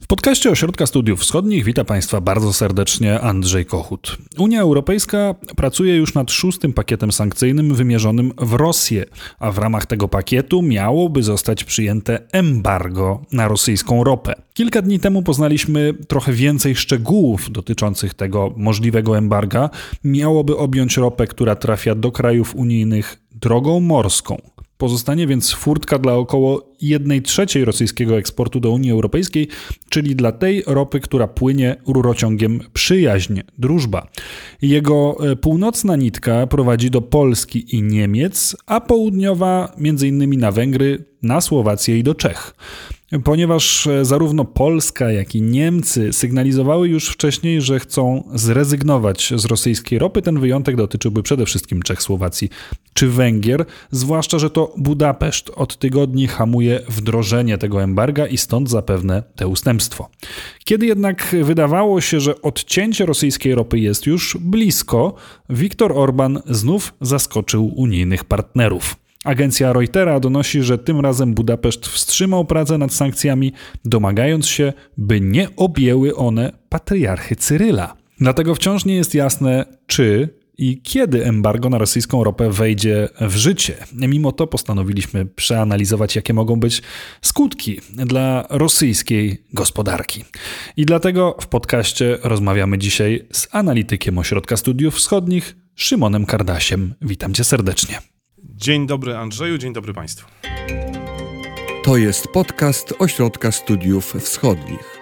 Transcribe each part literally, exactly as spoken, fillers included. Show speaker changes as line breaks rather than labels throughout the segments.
W podcaście Ośrodka Studiów Wschodnich wita Państwa bardzo serdecznie Andrzej Kochut. Unia Europejska pracuje już nad szóstym pakietem sankcyjnym wymierzonym w Rosję, a w ramach tego pakietu miałoby zostać przyjęte embargo na rosyjską ropę. Kilka dni temu poznaliśmy trochę więcej szczegółów dotyczących tego możliwego embarga. Miałoby objąć ropę, która trafia do krajów unijnych drogą morską. Pozostanie więc furtka dla około jednej trzeciej rosyjskiego eksportu do Unii Europejskiej, czyli dla tej ropy, która płynie rurociągiem Przyjaźń-Drużba. Jego północna nitka prowadzi do Polski i Niemiec, a południowa między innymi na Węgry, na Słowację i do Czech. Ponieważ zarówno Polska, jak i Niemcy sygnalizowały już wcześniej, że chcą zrezygnować z rosyjskiej ropy, ten wyjątek dotyczyłby przede wszystkim Czech, Słowacji czy Węgier, zwłaszcza że to Budapeszt od tygodni hamuje wdrożenie tego embarga i stąd zapewne te ustępstwo. Kiedy jednak wydawało się, że odcięcie rosyjskiej ropy jest już blisko, Viktor Orban znów zaskoczył unijnych partnerów. Agencja Reutera donosi, że tym razem Budapeszt wstrzymał pracę nad sankcjami, domagając się, by nie objęły one patriarchy Cyryla. Dlatego wciąż nie jest jasne, czy i kiedy embargo na rosyjską ropę wejdzie w życie. Mimo to postanowiliśmy przeanalizować, jakie mogą być skutki dla rosyjskiej gospodarki. I dlatego w podcaście rozmawiamy dzisiaj z analitykiem Ośrodka Studiów Wschodnich, Szymonem Kardasiem. Witam cię serdecznie.
Dzień dobry Andrzeju, dzień dobry Państwu.
To jest podcast Ośrodka Studiów Wschodnich.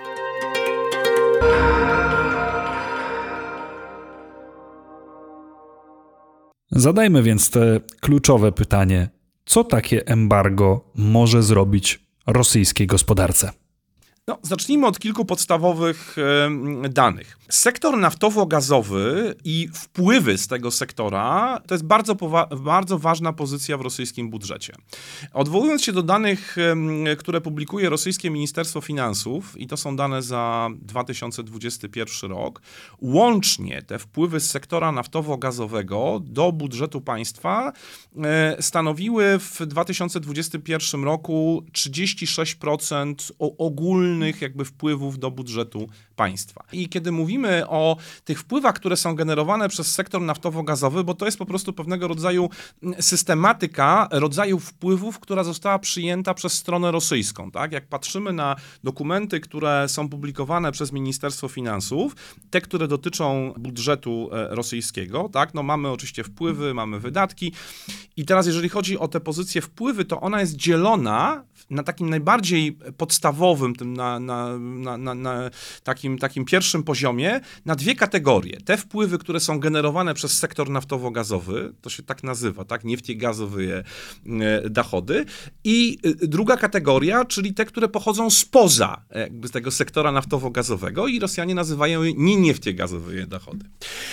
Zadajmy więc te kluczowe pytanie. Co takie embargo może zrobić rosyjskiej gospodarce?
No, zacznijmy od kilku podstawowych e, danych. Sektor naftowo-gazowy i wpływy z tego sektora to jest bardzo, powa- bardzo ważna pozycja w rosyjskim budżecie. Odwołując się do danych, e, które publikuje rosyjskie Ministerstwo Finansów, i to są dane za dwa tysiące dwudziesty pierwszy rok, łącznie te wpływy z sektora naftowo-gazowego do budżetu państwa e, stanowiły w dwa tysiące dwudziestym pierwszym roku trzydzieści sześć procent ogólnych jakby wpływów do budżetu państwa. I kiedy mówimy o tych wpływach, które są generowane przez sektor naftowo-gazowy, bo to jest po prostu pewnego rodzaju systematyka rodzaju wpływów, która została przyjęta przez stronę rosyjską. Tak? Jak patrzymy na dokumenty, które są publikowane przez Ministerstwo Finansów, te, które dotyczą budżetu rosyjskiego, tak? No mamy oczywiście wpływy, mamy wydatki i teraz jeżeli chodzi o te pozycje wpływy, to ona jest dzielona na takim najbardziej podstawowym, tym na, na, na, na, na takim, takim pierwszym poziomie, na dwie kategorie. Te wpływy, które są generowane przez sektor naftowo-gazowy, to się tak nazywa, tak, neftegazowe dochody, i druga kategoria, czyli te, które pochodzą spoza jakby tego sektora naftowo-gazowego i Rosjanie nazywają je nieneftegazowe dochody.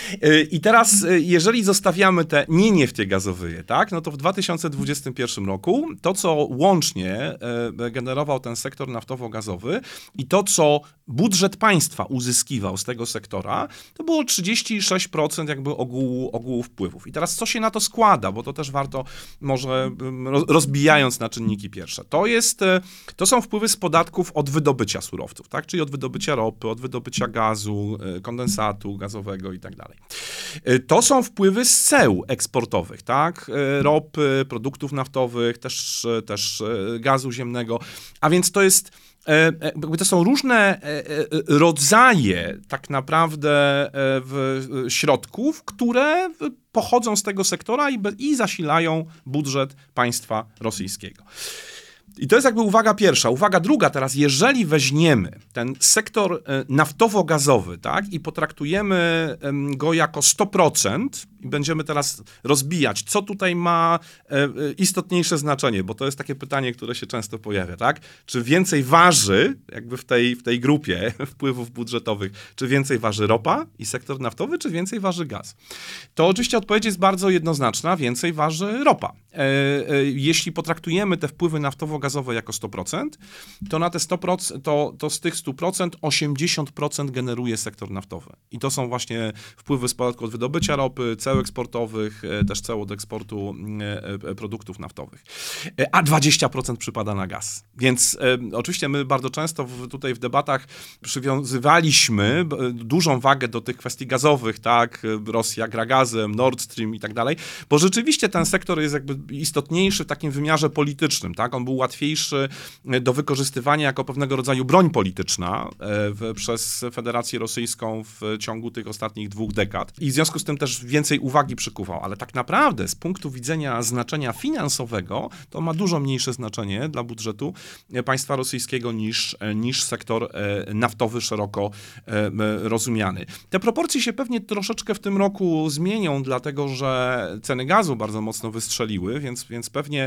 I teraz, jeżeli zostawiamy te nieneftegazowe, tak, no to w dwa tysiące dwudziestym pierwszym roku to, co łącznie generował ten sektor naftowo-gazowy i to, co budżet państwa uzyskiwał z tego sektora, to było trzydzieści sześć procent jakby ogółu, ogółu wpływów. I teraz co się na to składa, bo to też warto może rozbijając na czynniki pierwsze. To jest, to są wpływy z podatków od wydobycia surowców, tak? Czyli od wydobycia ropy, od wydobycia gazu, kondensatu gazowego i tak dalej. To są wpływy z ceł eksportowych, tak? Ropy, produktów naftowych, też, też gazu ziemnego, a więc to jest to są różne rodzaje tak naprawdę środków, które pochodzą z tego sektora i, i zasilają budżet państwa rosyjskiego. I to jest jakby uwaga pierwsza. Uwaga druga teraz, jeżeli weźmiemy ten sektor naftowo-gazowy, tak, i potraktujemy go jako sto procent i będziemy teraz rozbijać, co tutaj ma istotniejsze znaczenie, bo to jest takie pytanie, które się często pojawia, tak? Czy więcej waży jakby w tej, w tej grupie wpływów budżetowych, czy więcej waży ropa i sektor naftowy, czy więcej waży gaz? To oczywiście odpowiedź jest bardzo jednoznaczna, więcej waży ropa. Jeśli potraktujemy te wpływy naftowo-gazowe jako sto procent, to na te sto procent, to, to z tych stu procent osiemdziesiąt procent generuje sektor naftowy. I to są właśnie wpływy z podatku od wydobycia ropy, ceł eksportowych, też ceł od eksportu produktów naftowych. A dwadzieścia procent przypada na gaz. Więc oczywiście my bardzo często w, tutaj w debatach przywiązywaliśmy dużą wagę do tych kwestii gazowych, tak, Rosja gra gazem, Nord Stream i tak dalej, bo rzeczywiście ten sektor jest jakby istotniejszy w takim wymiarze politycznym, tak, on był łatwiejszy do wykorzystywania jako pewnego rodzaju broń polityczna w, przez Federację Rosyjską w ciągu tych ostatnich dwóch dekad i w związku z tym też więcej uwagi przykuwał, ale tak naprawdę z punktu widzenia znaczenia finansowego to ma dużo mniejsze znaczenie dla budżetu państwa rosyjskiego niż, niż sektor naftowy szeroko rozumiany. Te proporcje się pewnie troszeczkę w tym roku zmienią, dlatego że ceny gazu bardzo mocno wystrzeliły, więc, więc pewnie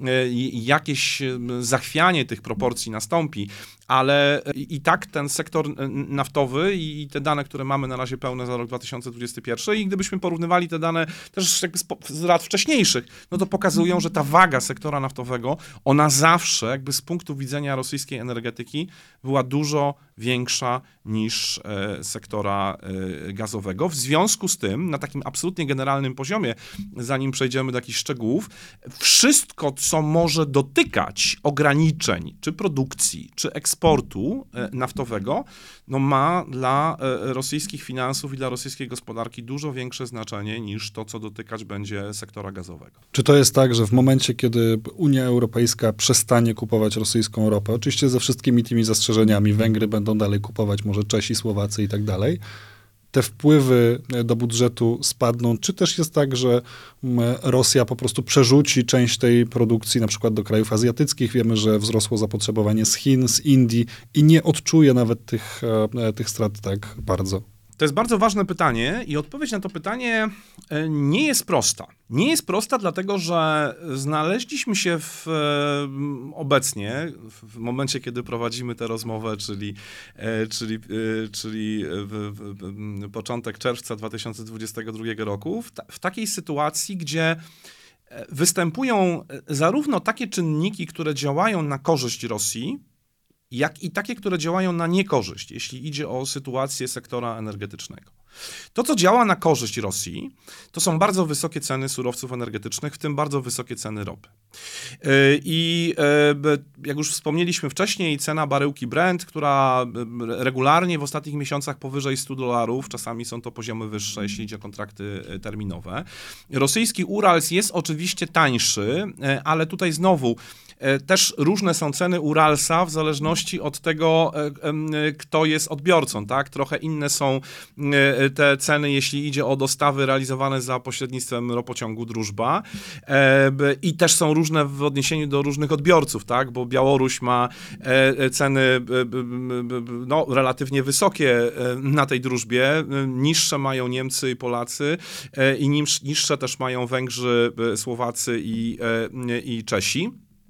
jakieś zachwianie tych proporcji nastąpi, ale i tak ten sektor naftowy i te dane, które mamy na razie pełne za rok dwa tysiące dwudziesty pierwszy i gdybyśmy porównywali te dane też jakby z, z lat wcześniejszych, no to pokazują, że ta waga sektora naftowego, ona zawsze jakby z punktu widzenia rosyjskiej energetyki była dużo większa niż e, sektora e, gazowego. W związku z tym, na takim absolutnie generalnym poziomie, zanim przejdziemy do jakichś szczegółów, wszystko, co może dotykać ograniczeń, czy produkcji, czy eksportu e, naftowego, no ma dla e, rosyjskich finansów i dla rosyjskiej gospodarki dużo większe znaczenie niż to, co dotykać będzie sektora gazowego.
Czy to jest tak, że w momencie, kiedy Unia Europejska przestanie kupować rosyjską ropę, oczywiście ze wszystkimi tymi zastrzeżeniami, Węgry będą dalej kupować, może Czesi, Słowacy i tak dalej, te wpływy do budżetu spadną, czy też jest tak, że Rosja po prostu przerzuci część tej produkcji na przykład do krajów azjatyckich. Wiemy, że wzrosło zapotrzebowanie z Chin, z Indii i nie odczuje nawet tych, tych strat tak bardzo.
To jest bardzo ważne pytanie i odpowiedź na to pytanie nie jest prosta. Nie jest prosta, dlatego że znaleźliśmy się w, obecnie, w momencie, kiedy prowadzimy tę rozmowę, czyli, czyli, czyli w, w, początek czerwca dwa tysiące dwudziestego drugiego roku, w, ta, w takiej sytuacji, gdzie występują zarówno takie czynniki, które działają na korzyść Rosji, jak i takie, które działają na niekorzyść, jeśli idzie o sytuację sektora energetycznego. To, co działa na korzyść Rosji, to są bardzo wysokie ceny surowców energetycznych, w tym bardzo wysokie ceny ropy. I jak już wspomnieliśmy wcześniej, cena baryłki Brent, która regularnie w ostatnich miesiącach powyżej stu dolarów, czasami są to poziomy wyższe, jeśli idzie o kontrakty terminowe. Rosyjski Urals jest oczywiście tańszy, ale tutaj znowu też różne są ceny Uralsa w zależności od tego, kto jest odbiorcą, tak? Trochę inne są te ceny, jeśli idzie o dostawy realizowane za pośrednictwem ropociągu Drużba i też są różne w odniesieniu do różnych odbiorców, tak? Bo Białoruś ma ceny no, relatywnie wysokie na tej Drużbie, niższe mają Niemcy i Polacy i niższe też mają Węgrzy, Słowacy i, i Czesi.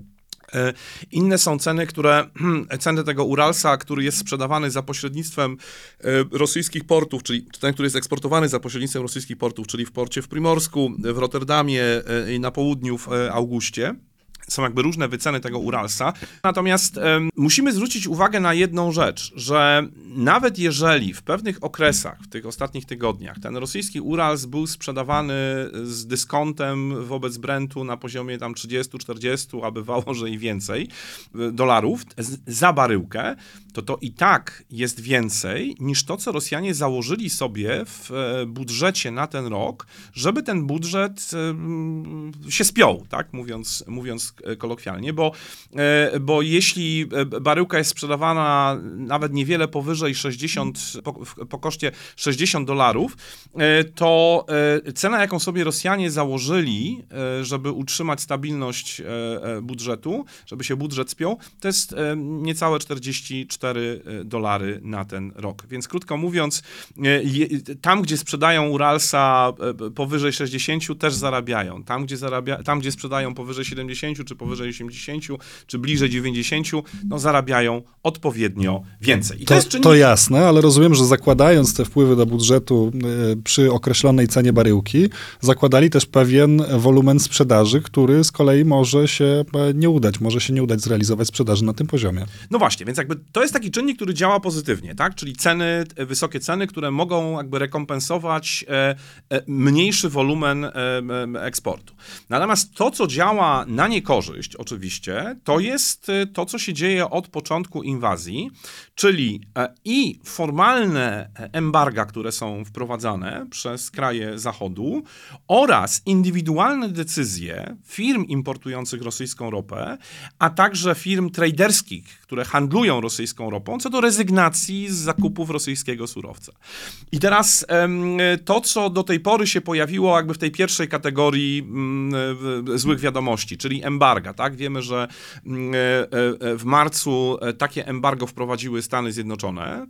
Inne są ceny, które, ceny tego Uralsa, który jest sprzedawany za pośrednictwem rosyjskich portów, czyli ten, który jest eksportowany za pośrednictwem rosyjskich portów, czyli w porcie w Primorsku, w Rotterdamie i na południu w Augustie. Są jakby różne wyceny tego Uralsa. Natomiast um, musimy zwrócić uwagę na jedną rzecz, że nawet jeżeli w pewnych okresach, w tych ostatnich tygodniach, ten rosyjski Urals był sprzedawany z dyskontem wobec Brentu na poziomie tam trzydziestu, czterdziestu, a bywało, że i więcej dolarów z, za baryłkę, to to i tak jest więcej niż to, co Rosjanie założyli sobie w budżecie na ten rok, żeby ten budżet um, się spiął, tak, mówiąc, mówiąc kolokwialnie, bo, bo jeśli baryłka jest sprzedawana nawet niewiele powyżej sześćdziesiąt, po, po koszcie sześćdziesiąt dolarów, to cena, jaką sobie Rosjanie założyli, żeby utrzymać stabilność budżetu, żeby się budżet spiął, to jest niecałe czterdzieści cztery dolary na ten rok. Więc krótko mówiąc, tam, gdzie sprzedają Uralsa powyżej sześćdziesięciu, też zarabiają. Tam, gdzie, zarabia, tam, gdzie sprzedają powyżej siedemdziesięciu, czy powyżej osiemdziesięciu, czy bliżej dziewięćdziesięciu, no zarabiają odpowiednio więcej. I to, to jest czynnik
To jasne, ale rozumiem, że zakładając te wpływy do budżetu przy określonej cenie baryłki, zakładali też pewien wolumen sprzedaży, który z kolei może się nie udać, może się nie udać zrealizować sprzedaży na tym poziomie.
No właśnie, więc jakby to jest taki czynnik, który działa pozytywnie, tak? Czyli ceny, wysokie ceny, które mogą jakby rekompensować e, e, mniejszy wolumen e, e, eksportu. Natomiast to, co działa na niekorzyść oczywiście, to jest to, co się dzieje od początku inwazji, czyli e, i formalne embarga, które są wprowadzane przez kraje Zachodu oraz indywidualne decyzje firm importujących rosyjską ropę, a także firm traderskich, które handlują rosyjską ropą, co do rezygnacji z zakupów rosyjskiego surowca. I teraz to, co do tej pory się pojawiło jakby w tej pierwszej kategorii złych wiadomości, czyli embarga, tak? Wiemy, że w marcu takie embargo wprowadziły Stany Zjednoczone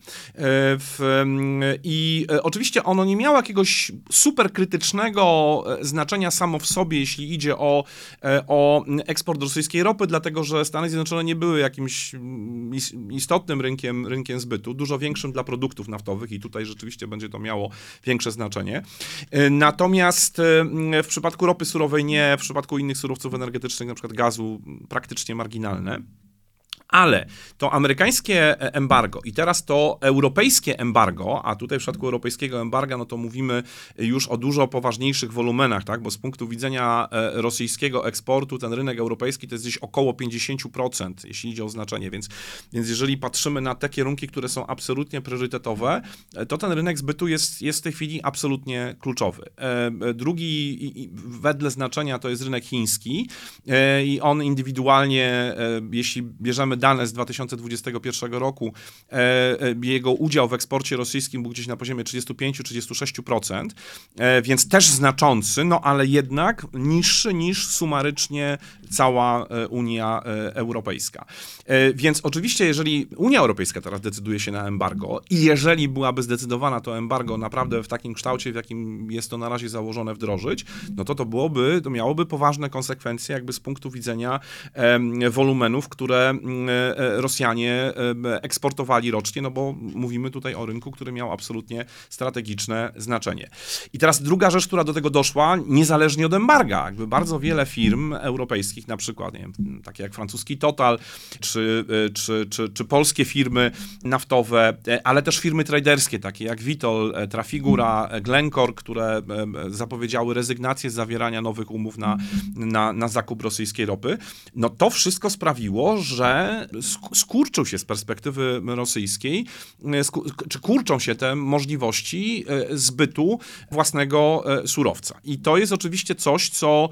i oczywiście ono nie miało jakiegoś super krytycznego znaczenia samo w sobie, jeśli idzie o, o eksport rosyjskiej ropy, dlatego że Stany Zjednoczone nie były jakimś istotnym rynkiem, rynkiem zbytu, dużo większym dla produktów naftowych i tutaj rzeczywiście będzie to miało większe znaczenie. Natomiast w przypadku ropy surowej nie, w przypadku innych surowców energetycznych, na przykład gazu, praktycznie marginalne. Ale to amerykańskie embargo i teraz to europejskie embargo, a tutaj w przypadku europejskiego embarga, no to mówimy już o dużo poważniejszych wolumenach, tak? Bo z punktu widzenia rosyjskiego eksportu ten rynek europejski to jest gdzieś około pięćdziesiąt procent, jeśli idzie o znaczenie, więc, więc jeżeli patrzymy na te kierunki, które są absolutnie priorytetowe, to ten rynek zbytu jest, jest w tej chwili absolutnie kluczowy. Drugi wedle znaczenia to jest rynek chiński i on indywidualnie, jeśli bierzemy dane z dwa tysiące dwudziestego pierwszego roku, e, jego udział w eksporcie rosyjskim był gdzieś na poziomie trzydzieści pięć do trzydziestu sześciu procent, e, więc też znaczący, no ale jednak niższy niż sumarycznie cała Unia Europejska. E, więc oczywiście, jeżeli Unia Europejska teraz decyduje się na embargo i jeżeli byłaby zdecydowana to embargo naprawdę w takim kształcie, w jakim jest to na razie założone, wdrożyć, no to to byłoby, to miałoby poważne konsekwencje jakby z punktu widzenia e, wolumenów, które Rosjanie eksportowali rocznie, no bo mówimy tutaj o rynku, który miał absolutnie strategiczne znaczenie. I teraz druga rzecz, która do tego doszła, niezależnie od embarga, jakby bardzo wiele firm europejskich, na przykład, nie wiem, takie jak francuski Total, czy, czy, czy, czy polskie firmy naftowe, ale też firmy traderskie, takie jak Vitol, Trafigura, Glencore, które zapowiedziały rezygnację z zawierania nowych umów na, na, na zakup rosyjskiej ropy, no to wszystko sprawiło, że skurczył się z perspektywy rosyjskiej, czy kurczą się te możliwości zbytu własnego surowca. I to jest oczywiście coś, co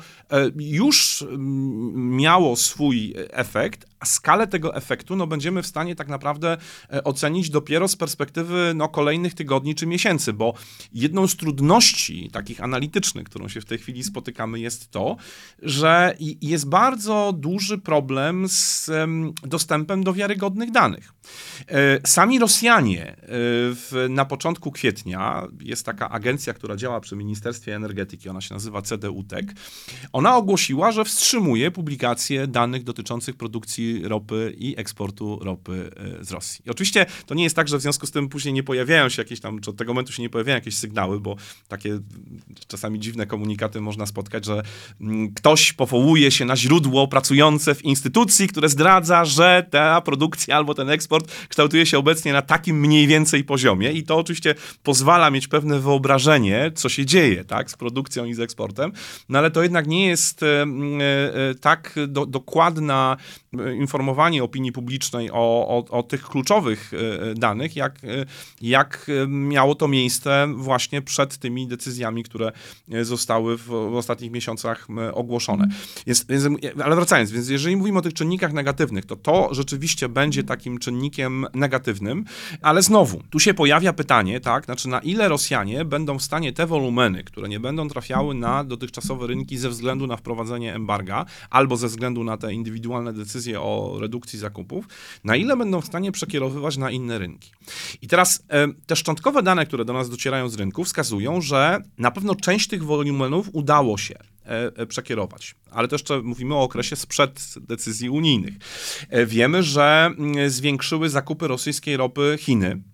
już miało swój efekt, a skalę tego efektu no, będziemy w stanie tak naprawdę ocenić dopiero z perspektywy no, kolejnych tygodni czy miesięcy, bo jedną z trudności takich analitycznych, którą się w tej chwili spotykamy, jest to, że jest bardzo duży problem z dostępem do wiarygodnych danych. Sami Rosjanie w, na początku kwietnia, jest taka agencja, która działa przy Ministerstwie Energetyki, ona się nazywa C D U T E C, ona ogłosiła, że wstrzymuje publikację danych dotyczących produkcji ropy i eksportu ropy z Rosji. I oczywiście to nie jest tak, że w związku z tym później nie pojawiają się jakieś tam, czy od tego momentu się nie pojawiają jakieś sygnały, bo takie czasami dziwne komunikaty można spotkać, że ktoś powołuje się na źródło pracujące w instytucji, które zdradza, że ta produkcja albo ten eksport kształtuje się obecnie na takim mniej więcej poziomie i to oczywiście pozwala mieć pewne wyobrażenie, co się dzieje, tak, z produkcją i z eksportem, no ale to jednak nie jest e, e, tak do, dokładna informowanie opinii publicznej o, o, o tych kluczowych danych, jak, jak miało to miejsce właśnie przed tymi decyzjami, które zostały w, w ostatnich miesiącach ogłoszone. Więc, więc, ale wracając, więc jeżeli mówimy o tych czynnikach negatywnych, to to rzeczywiście będzie takim czynnikiem negatywnym, ale znowu, tu się pojawia pytanie, tak, znaczy na ile Rosjanie będą w stanie te wolumeny, które nie będą trafiały na dotychczasowe rynki ze względu na wprowadzenie embarga, albo ze względu na te indywidualne decyzje o redukcji zakupów, na ile będą w stanie przekierowywać na inne rynki. I teraz e, te szczątkowe dane, które do nas docierają z rynku, wskazują, że na pewno część tych wolumenów udało się e, przekierować. Ale to jeszcze mówimy o okresie sprzed decyzji unijnych. E, wiemy, że m, zwiększyły zakupy rosyjskiej ropy Chiny.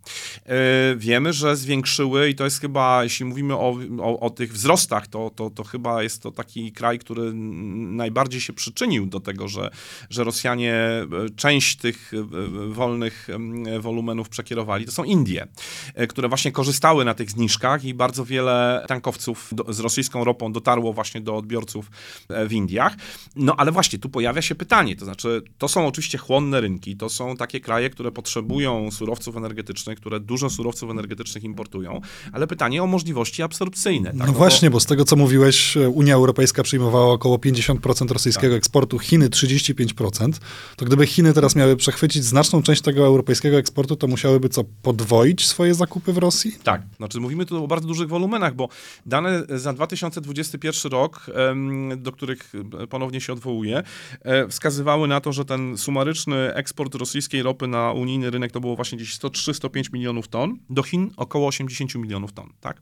Wiemy, że zwiększyły i to jest chyba, jeśli mówimy o, o, o tych wzrostach, to, to, to chyba jest to taki kraj, który najbardziej się przyczynił do tego, że, że Rosjanie część tych wolnych wolumenów przekierowali. To są Indie, które właśnie korzystały na tych zniżkach i bardzo wiele tankowców do, z rosyjską ropą dotarło właśnie do odbiorców w Indiach. No ale właśnie tu pojawia się pytanie, to znaczy to są oczywiście chłonne rynki, to są takie kraje, które potrzebują surowców energetycznych, które dużo surowców energetycznych importują, ale pytanie o możliwości absorpcyjne. Tak?
No, no właśnie, bo... bo z tego co mówiłeś, Unia Europejska przyjmowała około pięćdziesiąt procent rosyjskiego tak. eksportu, Chiny trzydzieści pięć procent, to gdyby Chiny teraz miały przechwycić znaczną część tego europejskiego eksportu, to musiałyby co, podwoić swoje zakupy w Rosji?
Tak, znaczy mówimy tu o bardzo dużych wolumenach, bo dane za dwa tysiące dwudziesty pierwszy rok, do których ponownie się odwołuję, wskazywały na to, że ten sumaryczny eksport rosyjskiej ropy na unijny rynek to było właśnie gdzieś sto trzy do stu pięciu milionów ton, do Chin około osiemdziesiąt milionów ton, tak?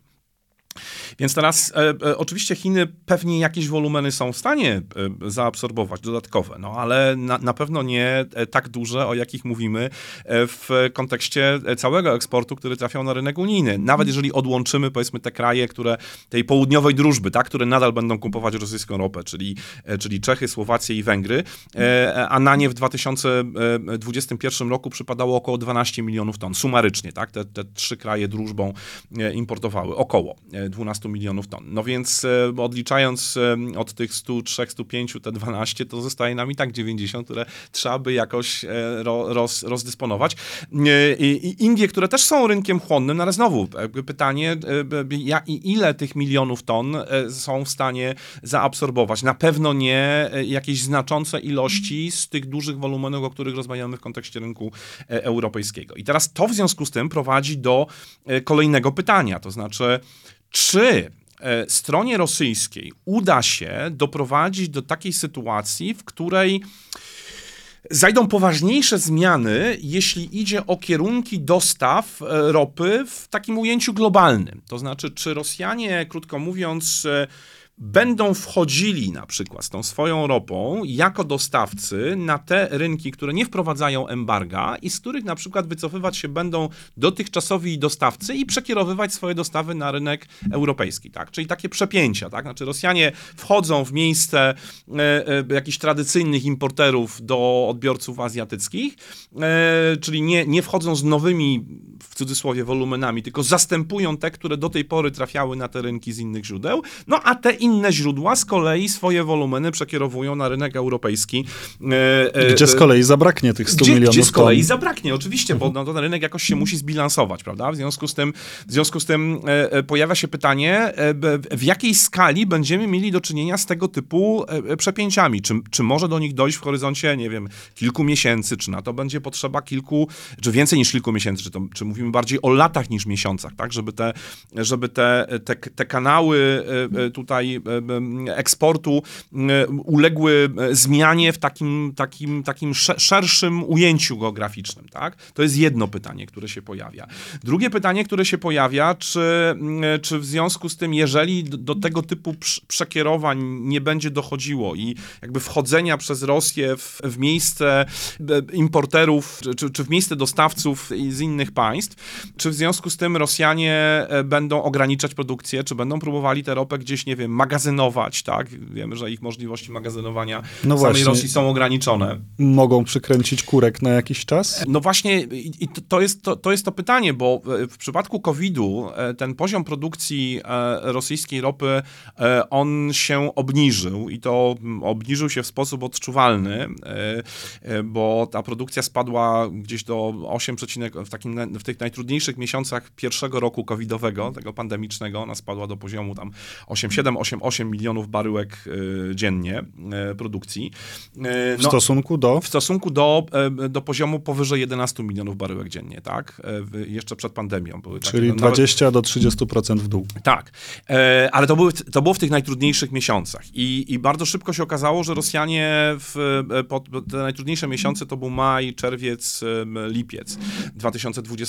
Więc teraz e, e, oczywiście Chiny pewnie jakieś wolumeny są w stanie e, zaabsorbować dodatkowe, no ale na, na pewno nie e, tak duże, o jakich mówimy e, w kontekście całego eksportu, który trafiał na rynek unijny. Nawet jeżeli odłączymy, powiedzmy, te kraje, które tej południowej drużby, tak, które nadal będą kupować rosyjską ropę, czyli, e, czyli Czechy, Słowację i Węgry, e, a na nie w dwa tysiące dwudziestym pierwszym roku przypadało około dwanaście milionów ton, sumarycznie, tak, te, te trzy kraje drużbą e, importowały, około dwanaście milionów ton. No więc e, odliczając e, od tych stu trzech, stu pięciu te dwanaście, to zostaje nam i tak dziewięćdziesiąt, które trzeba by jakoś e, ro, roz, rozdysponować. E, i Indie, które też są rynkiem chłonnym, no ale znowu jakby pytanie, e, ja, ile tych milionów ton e, są w stanie zaabsorbować. Na pewno nie e, jakieś znaczące ilości z tych dużych wolumenów, o których rozmawiamy w kontekście rynku e, europejskiego. I teraz to w związku z tym prowadzi do e, kolejnego pytania, to znaczy czy stronie rosyjskiej uda się doprowadzić do takiej sytuacji, w której zajdą poważniejsze zmiany, jeśli idzie o kierunki dostaw ropy w takim ujęciu globalnym. To znaczy, czy Rosjanie, krótko mówiąc, będą wchodzili na przykład z tą swoją ropą jako dostawcy na te rynki, które nie wprowadzają embarga i z których na przykład wycofywać się będą dotychczasowi dostawcy i przekierowywać swoje dostawy na rynek europejski, tak? Czyli takie przepięcia, tak? Znaczy Rosjanie wchodzą w miejsce e, e, jakichś tradycyjnych importerów do odbiorców azjatyckich, e, czyli nie, nie wchodzą z nowymi, w cudzysłowie, wolumenami, tylko zastępują te, które do tej pory trafiały na te rynki z innych źródeł, no a te inne źródła z kolei swoje wolumeny przekierowują na rynek europejski.
Gdzie z kolei zabraknie tych stu
gdzie,
milionów
Gdzie z kolei
ton.
zabraknie, oczywiście, mhm. bo no, ten rynek jakoś się musi zbilansować, prawda? W związku z tym, w związku z tym e, pojawia się pytanie, e, w jakiej skali będziemy mieli do czynienia z tego typu e, przepięciami? Czy, czy może do nich dojść w horyzoncie, nie wiem, kilku miesięcy, czy na to będzie potrzeba kilku, czy więcej niż kilku miesięcy, czy, to, czy mówimy bardziej o latach niż miesiącach, tak? Żeby te, żeby te, te, te kanały e, tutaj eksportu uległy zmianie w takim, takim, takim szerszym ujęciu geograficznym, tak? To jest jedno pytanie, które się pojawia. Drugie pytanie, które się pojawia, czy, czy w związku z tym, jeżeli do, do tego typu przekierowań nie będzie dochodziło i jakby wchodzenia przez Rosję w, w miejsce importerów, czy, czy w miejsce dostawców z innych państw, czy w związku z tym Rosjanie będą ograniczać produkcję, czy będą próbowali tę ropę gdzieś, nie wiem, magazynować, tak? Wiemy, że ich możliwości magazynowania no w samej Rosji są ograniczone.
Mogą przykręcić kurek na jakiś czas?
No właśnie i to jest to, to jest to pytanie, bo w przypadku kowida ten poziom produkcji rosyjskiej ropy, on się obniżył i to obniżył się w sposób odczuwalny, bo ta produkcja spadła gdzieś do osiem, w, takim, w tych najtrudniejszych miesiącach pierwszego roku covidowego, tego pandemicznego, ona spadła do poziomu tam osiem siedem, osiem osiem milionów baryłek y, dziennie y, produkcji. Y,
w no, stosunku do?
W stosunku do, y, do poziomu powyżej jedenastu milionów baryłek dziennie, tak? Y, jeszcze przed pandemią. Były
Czyli
takie,
dwadzieścia do trzydziestu procent w dół.
Tak, y, ale to, były, to było w tych najtrudniejszych miesiącach i, i bardzo szybko się okazało, że Rosjanie w po, te najtrudniejsze miesiące to był maj, czerwiec, lipiec dwa tysiące dwudziestego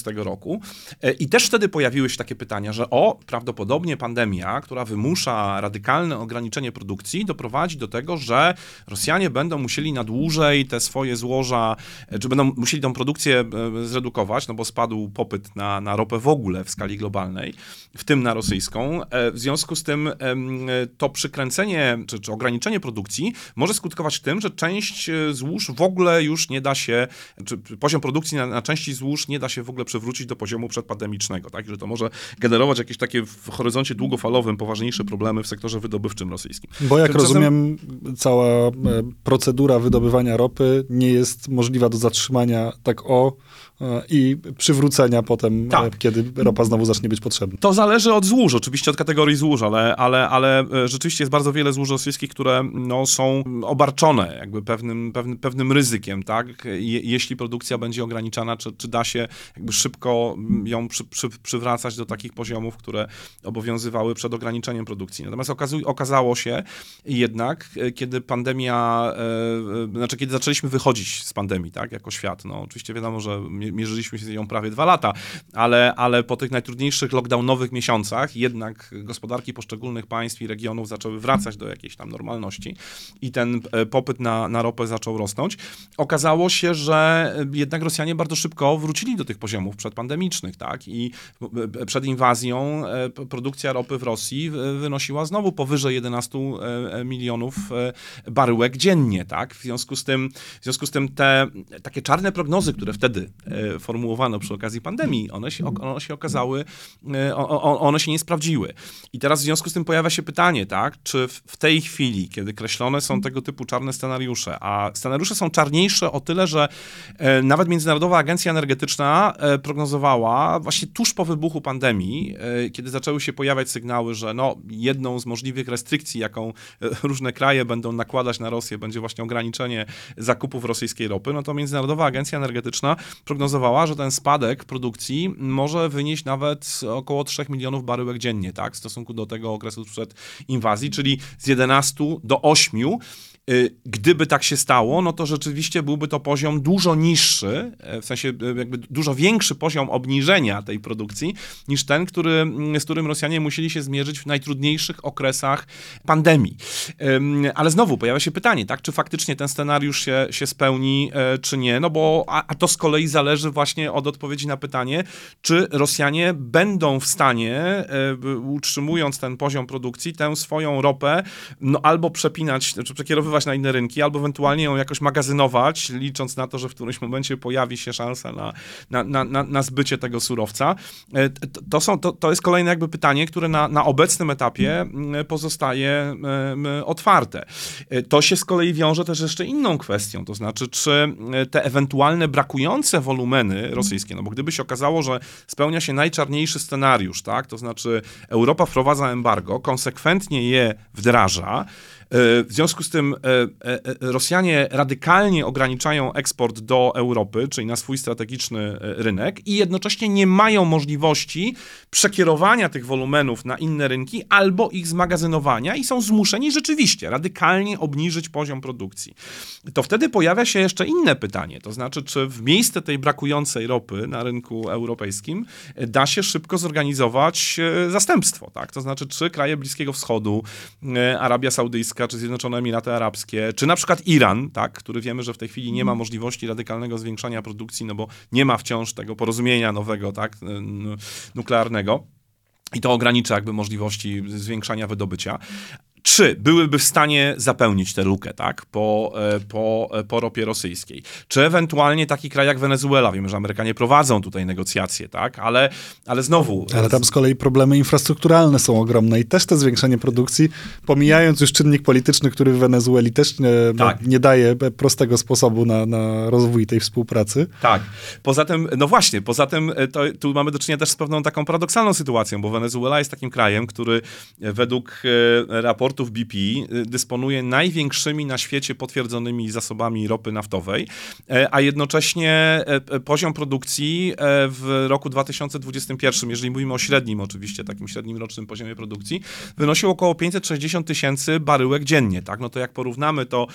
dwudziestego roku. I też wtedy pojawiły się takie pytania, że o, prawdopodobnie pandemia, która wymusza radykalne ograniczenie produkcji, doprowadzi do tego, że Rosjanie będą musieli na dłużej te swoje złoża, czy będą musieli tą produkcję zredukować, no bo spadł popyt na, na ropę w ogóle w skali globalnej, w tym na rosyjską. W związku z tym to przykręcenie, czy, czy ograniczenie produkcji może skutkować tym, że część złóż w ogóle już nie da się, czy poziom produkcji na, na części złóż nie da się w ogóle przywrócić do poziomu przedpandemicznego, tak? Że to może generować jakieś takie w horyzoncie długofalowym poważniejsze problemy w sektorze wydobywczym rosyjskim.
Bo jak
Tymczasem...
rozumiem, cała procedura wydobywania ropy nie jest możliwa do zatrzymania tak o i przywrócenia potem, tak. kiedy ropa znowu zacznie być potrzebna.
To zależy od złóż, oczywiście od kategorii złóż, ale, ale, ale rzeczywiście jest bardzo wiele złóż rosyjskich, które no, są obarczone jakby pewnym, pewnym, pewnym ryzykiem, tak? Je, jeśli produkcja będzie ograniczana, czy, czy da się jakby szybko ją przy, przy, przywracać do takich poziomów, które obowiązywały przed ograniczeniem produkcji. Natomiast okazu, okazało się jednak, kiedy pandemia, e, znaczy kiedy zaczęliśmy wychodzić z pandemii, tak, jako świat, no oczywiście wiadomo, że mierzyliśmy się z nią prawie dwa lata, ale, ale po tych najtrudniejszych lockdownowych miesiącach jednak gospodarki poszczególnych państw i regionów zaczęły wracać do jakiejś tam normalności i ten popyt na, na ropę zaczął rosnąć. Okazało się, że jednak Rosjanie bardzo szybko wrócili do tych poziomów przedpandemicznych, tak? I przed inwazją produkcja ropy w Rosji wynosiła znowu powyżej jedenaście milionów baryłek dziennie, tak? W związku z tym, w związku z tym te takie czarne prognozy, które wtedy formułowano przy okazji pandemii, one się, one się okazały, one się nie sprawdziły. I teraz w związku z tym pojawia się pytanie, tak, czy w tej chwili, kiedy kreślone są tego typu czarne scenariusze, a scenariusze są czarniejsze o tyle, że nawet Międzynarodowa Agencja Energetyczna prognozowała właśnie tuż po wybuchu pandemii, kiedy zaczęły się pojawiać sygnały, że no, jedną z możliwych restrykcji, jaką różne kraje będą nakładać na Rosję, będzie właśnie ograniczenie zakupów rosyjskiej ropy, no to Międzynarodowa Agencja Energetyczna prognozowała, że ten spadek produkcji może wynieść nawet około trzech milionów baryłek dziennie, tak, w stosunku do tego okresu przed inwazji, czyli z jedenastu do ośmiu. Gdyby tak się stało, no to rzeczywiście byłby to poziom dużo niższy, w sensie jakby dużo większy poziom obniżenia tej produkcji, niż ten, który, z którym Rosjanie musieli się zmierzyć w najtrudniejszych okresach pandemii. Ale znowu pojawia się pytanie, tak, czy faktycznie ten scenariusz się, się spełni, czy nie, no bo a, a to z kolei zależy właśnie od odpowiedzi na pytanie, czy Rosjanie będą w stanie, utrzymując ten poziom produkcji, tę swoją ropę, no albo przepinać, czy przekierowywać na inne rynki, albo ewentualnie ją jakoś magazynować, licząc na to, że w którymś momencie pojawi się szansa na, na, na, na, na zbycie tego surowca. To, są, to, to jest kolejne jakby pytanie, które na, na obecnym etapie pozostaje otwarte. To się z kolei wiąże też jeszcze inną kwestią, to znaczy, czy te ewentualne brakujące wolumeny rosyjskie, no bo gdyby się okazało, że spełnia się najczarniejszy scenariusz, tak, to znaczy Europa wprowadza embargo, konsekwentnie je wdraża, w związku z tym Rosjanie radykalnie ograniczają eksport do Europy, czyli na swój strategiczny rynek i jednocześnie nie mają możliwości przekierowania tych wolumenów na inne rynki albo ich zmagazynowania i są zmuszeni rzeczywiście radykalnie obniżyć poziom produkcji. To wtedy pojawia się jeszcze inne pytanie, to znaczy, czy w miejsce tej brakującej ropy na rynku europejskim da się szybko zorganizować zastępstwo, tak? To znaczy, czy kraje Bliskiego Wschodu, Arabia Saudyjska, czy Zjednoczone Emiraty Arabskie, czy na przykład Iran, tak, który wiemy, że w tej chwili nie ma możliwości radykalnego zwiększania produkcji, no bo nie ma wciąż tego porozumienia nowego, tak, nuklearnego i to ogranicza jakby możliwości zwiększania wydobycia. Czy byłyby w stanie zapełnić tę lukę, tak, po, po, po ropie rosyjskiej? Czy ewentualnie taki kraj jak Wenezuela, wiemy, że Amerykanie prowadzą tutaj negocjacje, tak, ale, ale znowu...
Ale tam z kolei problemy infrastrukturalne są ogromne i też to zwiększenie produkcji, pomijając już czynnik polityczny, który w Wenezueli też nie, tak. nie daje prostego sposobu na, na rozwój tej współpracy.
Tak. Poza tym, no właśnie, poza tym to, tu mamy do czynienia też z pewną taką paradoksalną sytuacją, bo Wenezuela jest takim krajem, który według raportu portów B P dysponuje największymi na świecie potwierdzonymi zasobami ropy naftowej, a jednocześnie poziom produkcji w roku dwa tysiące dwudziestym pierwszym, jeżeli mówimy o średnim oczywiście, takim średnim rocznym poziomie produkcji, wynosił około pięćset sześćdziesiąt tysięcy baryłek dziennie, tak? No to jak porównamy to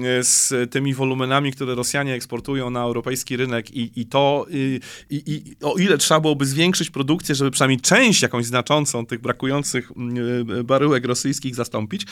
z tymi wolumenami, które Rosjanie eksportują na europejski rynek i, i to, i, i, o ile trzeba byłoby zwiększyć produkcję, żeby przynajmniej część jakąś znaczącą tych brakujących baryłek rosyjskich zastąpić,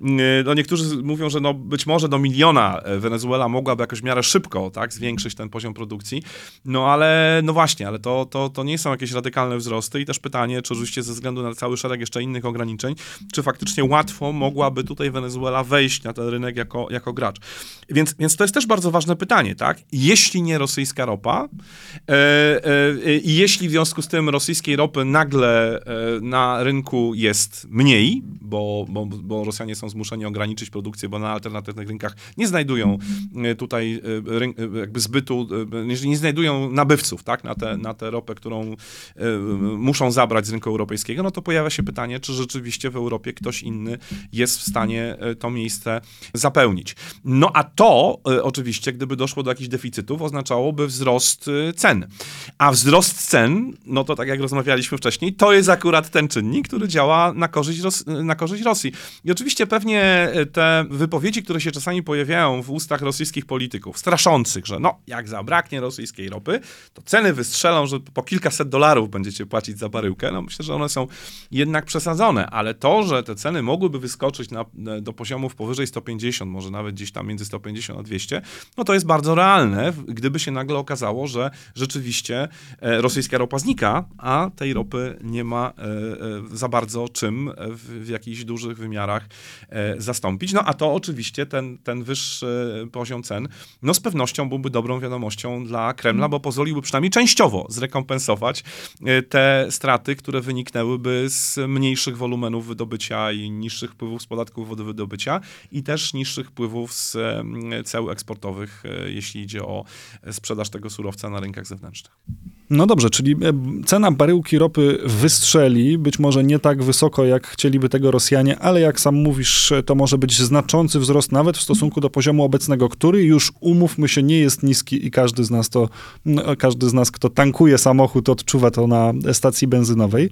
no niektórzy mówią, że no być może do miliona Wenezuela mogłaby jakoś w miarę szybko, tak, zwiększyć ten poziom produkcji, no ale, no właśnie, ale to, to, to nie są jakieś radykalne wzrosty i też pytanie, czy oczywiście ze względu na cały szereg jeszcze innych ograniczeń, czy faktycznie łatwo mogłaby tutaj Wenezuela wejść na ten rynek jako, jako gracz. Więc, więc to jest też bardzo ważne pytanie, tak? Jeśli nie rosyjska ropa i e, e, jeśli w związku z tym rosyjskiej ropy nagle e, na rynku jest mniej, bo, bo, bo Rosjanie są zmuszeni ograniczyć produkcję, bo na alternatywnych rynkach nie znajdują tutaj ryn, jakby zbytu, nie, nie znajdują nabywców, tak? Na tę na tę ropę, którą e, muszą zabrać z rynku europejskiego, no to pojawia się pytanie, czy rzeczywiście w Europie ktoś inny jest w stanie to miejsce zapełnić. No a to y, oczywiście, gdyby doszło do jakichś deficytów, oznaczałoby wzrost y, cen. A wzrost cen, no to tak jak rozmawialiśmy wcześniej, to jest akurat ten czynnik, który działa na korzyść, Ros- na korzyść Rosji. I oczywiście pewnie te wypowiedzi, które się czasami pojawiają w ustach rosyjskich polityków, straszących, że no, jak zabraknie rosyjskiej ropy, to ceny wystrzelą, że po kilkaset dolarów będziecie płacić za baryłkę. No myślę, że one są jednak przesadzone, ale to, że te ceny mogłyby wyskoczyć na, do poziomów powyżej sto pięćdziesiąt, może nawet gdzieś tam między sto pięćdziesiąt a dwieście, no to jest bardzo realne, gdyby się nagle okazało, że rzeczywiście e, rosyjska ropa znika, a tej ropy nie ma e, e, za bardzo czym w, w jakichś dużych wymiarach e, zastąpić. No a to oczywiście ten, ten wyższy poziom cen, no z pewnością byłby dobrą wiadomością dla Kremla, bo pozwoliłby przynajmniej częściowo zrekompensować e, te straty, które wyniknęłyby z mniejszych wolumenów wydobycia i niższych wpływów z podatków od wydobycia i też niższych wpływów z ceł eksportowych, jeśli idzie o sprzedaż tego surowca na rynkach zewnętrznych.
No dobrze, czyli cena baryłki ropy wystrzeli, być może nie tak wysoko, jak chcieliby tego Rosjanie, ale jak sam mówisz, to może być znaczący wzrost nawet w stosunku do poziomu obecnego, który już, umówmy się, nie jest niski i każdy z nas to, każdy z nas, kto tankuje samochód, odczuwa to na stacji benzynowej.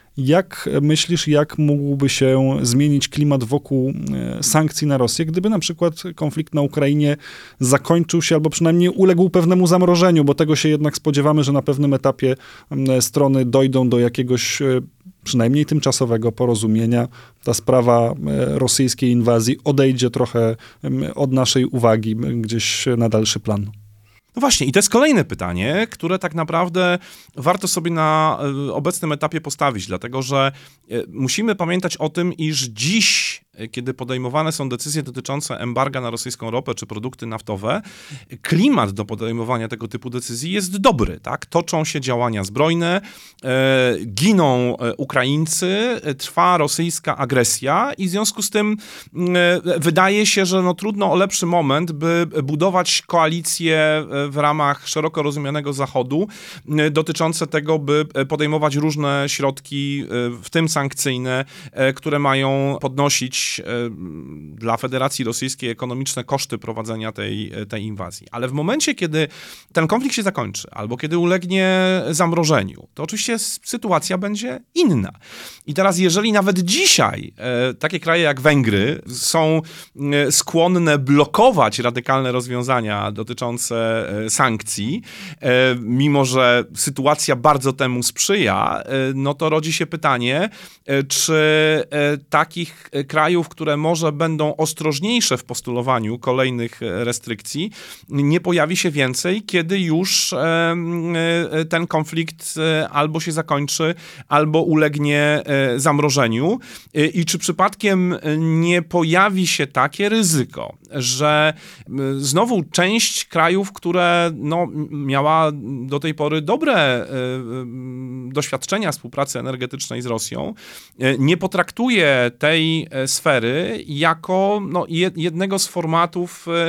Jak myślisz, jak mógłby się zmienić klimat wokół sankcji na Rosję, gdyby na przykład konflikt na Ukrainie zakończył się albo przynajmniej uległ pewnemu zamrożeniu, bo tego się jednak spodziewamy, że na pewnym etapie strony dojdą do jakiegoś przynajmniej tymczasowego porozumienia. Ta sprawa rosyjskiej inwazji odejdzie trochę od naszej uwagi gdzieś na dalszy plan.
No właśnie, i to jest kolejne pytanie, które tak naprawdę warto sobie na obecnym etapie postawić, dlatego że musimy pamiętać o tym, iż dziś, kiedy podejmowane są decyzje dotyczące embarga na rosyjską ropę czy produkty naftowe, klimat do podejmowania tego typu decyzji jest dobry, tak? Toczą się działania zbrojne, e, giną Ukraińcy, trwa rosyjska agresja i w związku z tym e, wydaje się, że no trudno o lepszy moment, by budować koalicję w ramach szeroko rozumianego Zachodu e, dotyczące tego, by podejmować różne środki, e, w tym sankcyjne, e, które mają podnosić dla Federacji Rosyjskiej ekonomiczne koszty prowadzenia tej, tej inwazji. Ale w momencie, kiedy ten konflikt się zakończy, albo kiedy ulegnie zamrożeniu, to oczywiście sytuacja będzie inna. I teraz, jeżeli nawet dzisiaj e, takie kraje jak Węgry są e, skłonne blokować radykalne rozwiązania dotyczące e, sankcji, e, mimo że sytuacja bardzo temu sprzyja, e, no to rodzi się pytanie, e, czy e, takich krajów, które może będą ostrożniejsze w postulowaniu kolejnych restrykcji, nie pojawi się więcej, kiedy już ten konflikt albo się zakończy, albo ulegnie zamrożeniu. I czy przypadkiem nie pojawi się takie ryzyko, że znowu część krajów, które no, miała do tej pory dobre doświadczenia współpracy energetycznej z Rosją, nie potraktuje tej sfery jako no, jednego z formatów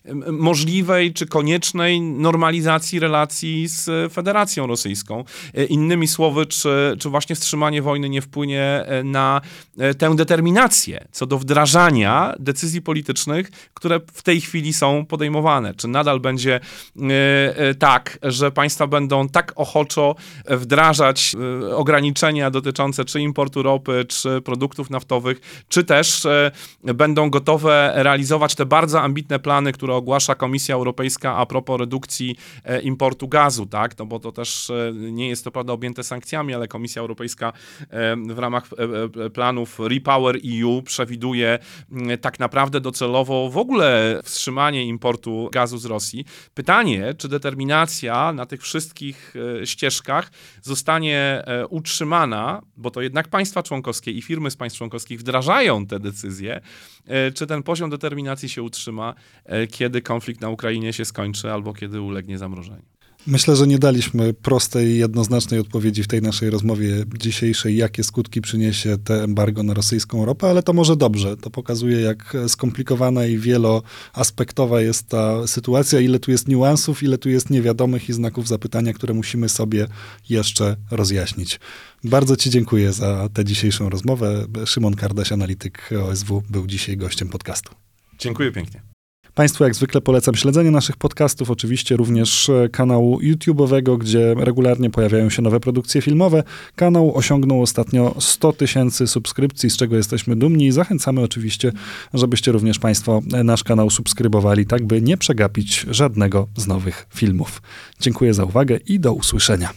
możliwej czy koniecznej normalizacji relacji z Federacją Rosyjską. Innymi słowy, czy, czy właśnie wstrzymanie wojny nie wpłynie na tę determinację co do wdrażania decyzji politycznych, które w tej chwili są podejmowane. Czy nadal będzie tak, że państwa będą tak ochoczo wdrażać ograniczenia dotyczące czy importu ropy, czy produktów naftowych, czy też będą gotowe realizować te bardzo ambitne plany, które ogłasza Komisja Europejska a propos redukcji importu gazu, tak? No bo to też nie jest to prawda objęte sankcjami, ale Komisja Europejska w ramach planów Repower E U przewiduje tak naprawdę docelowo w ogóle wstrzymanie importu gazu z Rosji. Pytanie, czy determinacja na tych wszystkich ścieżkach zostanie utrzymana, bo to jednak państwa członkowskie i firmy z państw członkowskich wdrażają te decyzje, czy ten poziom determinacji się utrzyma, kiedy konflikt na Ukrainie się skończy albo kiedy ulegnie zamrożeniu.
Myślę, że nie daliśmy prostej, jednoznacznej odpowiedzi w tej naszej rozmowie dzisiejszej, jakie skutki przyniesie te embargo na rosyjską ropę, ale to może dobrze. To pokazuje, jak skomplikowana i wieloaspektowa jest ta sytuacja, ile tu jest niuansów, ile tu jest niewiadomych i znaków zapytania, które musimy sobie jeszcze rozjaśnić. Bardzo Ci dziękuję za tę dzisiejszą rozmowę. Szymon Kardaś, analityk O S W, był dzisiaj gościem podcastu.
Dziękuję pięknie.
Państwu jak zwykle polecam śledzenie naszych podcastów, oczywiście również kanału YouTube'owego, gdzie regularnie pojawiają się nowe produkcje filmowe. Kanał osiągnął ostatnio sto tysięcy subskrypcji, z czego jesteśmy dumni i zachęcamy oczywiście, żebyście również Państwo nasz kanał subskrybowali, tak by nie przegapić żadnego z nowych filmów. Dziękuję za uwagę i do usłyszenia.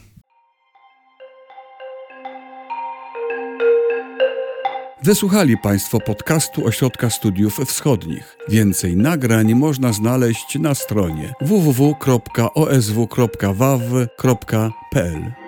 Wysłuchali Państwo podcastu Ośrodka Studiów Wschodnich. Więcej nagrań można znaleźć na stronie w w w kropka o s w kropka w a w kropka p l.